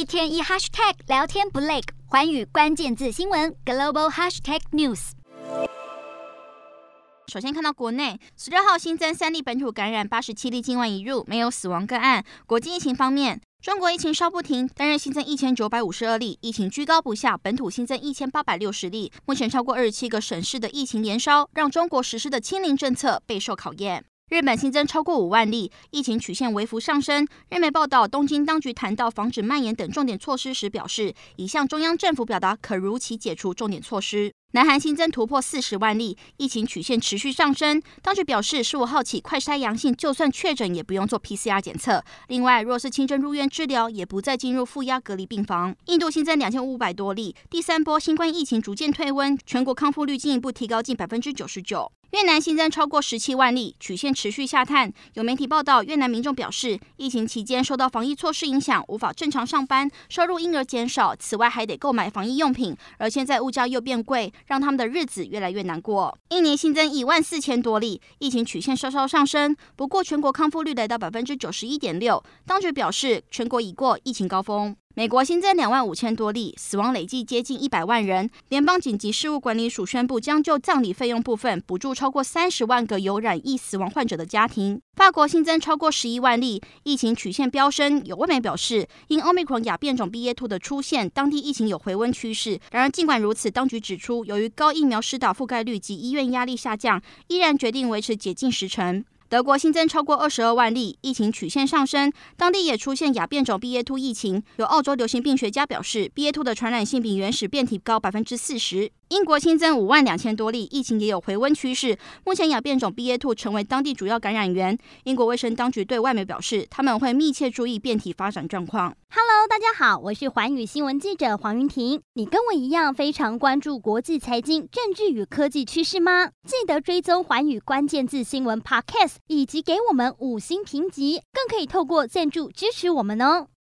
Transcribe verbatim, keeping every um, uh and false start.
天一 hashtag 聊天不累，寰宇关键字新闻 global hashtag news。 首先看到国内，十六号新增三例本土感染，八十七例境外移入，没有死亡个案。国际疫情方面，中国疫情稍不停，单日新增一千九百五十二例，疫情居高不下，本土新增一千八百六十例。目前超过二十七个省市的疫情延烧，让中国实施的清零政策备受考验。日本新增超过五万例，疫情曲线微幅上升。日媒报道，东京当局谈到防止蔓延等重点措施时表示，已向中央政府表达可如期解除重点措施。南韩新增突破四十万例，疫情曲线持续上升。当局表示，十五号起快筛阳性，就算确诊也不用做 P C R 检测。另外，若是轻症入院治疗，也不再进入负压隔离病房。印度新增两千五百多例，第三波新冠疫情逐渐退温，全国康复率进一步提高近百分之九十九。越南新增超过十七万例，曲线持续下探。有媒体报道，越南民众表示，疫情期间受到防疫措施影响，无法正常上班，收入因而减少。此外，还得购买防疫用品，而现在物价又变贵，让他们的日子越来越难过。印尼新增一万四千多例，疫情曲线稍稍上升，不过全国康复率来到百分之九十一点六。当局表示，全国已过疫情高峰。美国新增两万五千多例，死亡累计接近一百万人。联邦紧急事务管理署宣布，将就葬礼费用部分补助超过三十万个有染疫死亡患者的家庭。法国新增超过十一万例，疫情曲线飙升。有外媒表示，因 Omicron 亚变种 B A 二 的出现，当地疫情有回温趋势。然而，尽管如此，当局指出，由于高疫苗施打覆盖率及医院压力下降，依然决定维持解禁时程。德国新增超过二十二万例，疫情曲线上升，当地也出现亚变种 B A 二 疫情。有澳洲流行病学家表示 ，B A 二 的传染性比原始变体高百分之四十。英国新增五万两千多例，疫情也有回温趋势。目前亚变种 B A 二 成为当地主要感染源。英国卫生当局对外媒表示，他们会密切注意变体发展状况。 Hello， 大家好，我是寰宇新闻记者黄云婷。你跟我一样非常关注国际财经、政治与科技趋势吗？记得追踪寰宇关键字新闻 Podcast， 以及给我们五星评级，更可以透过赞助支持我们哦。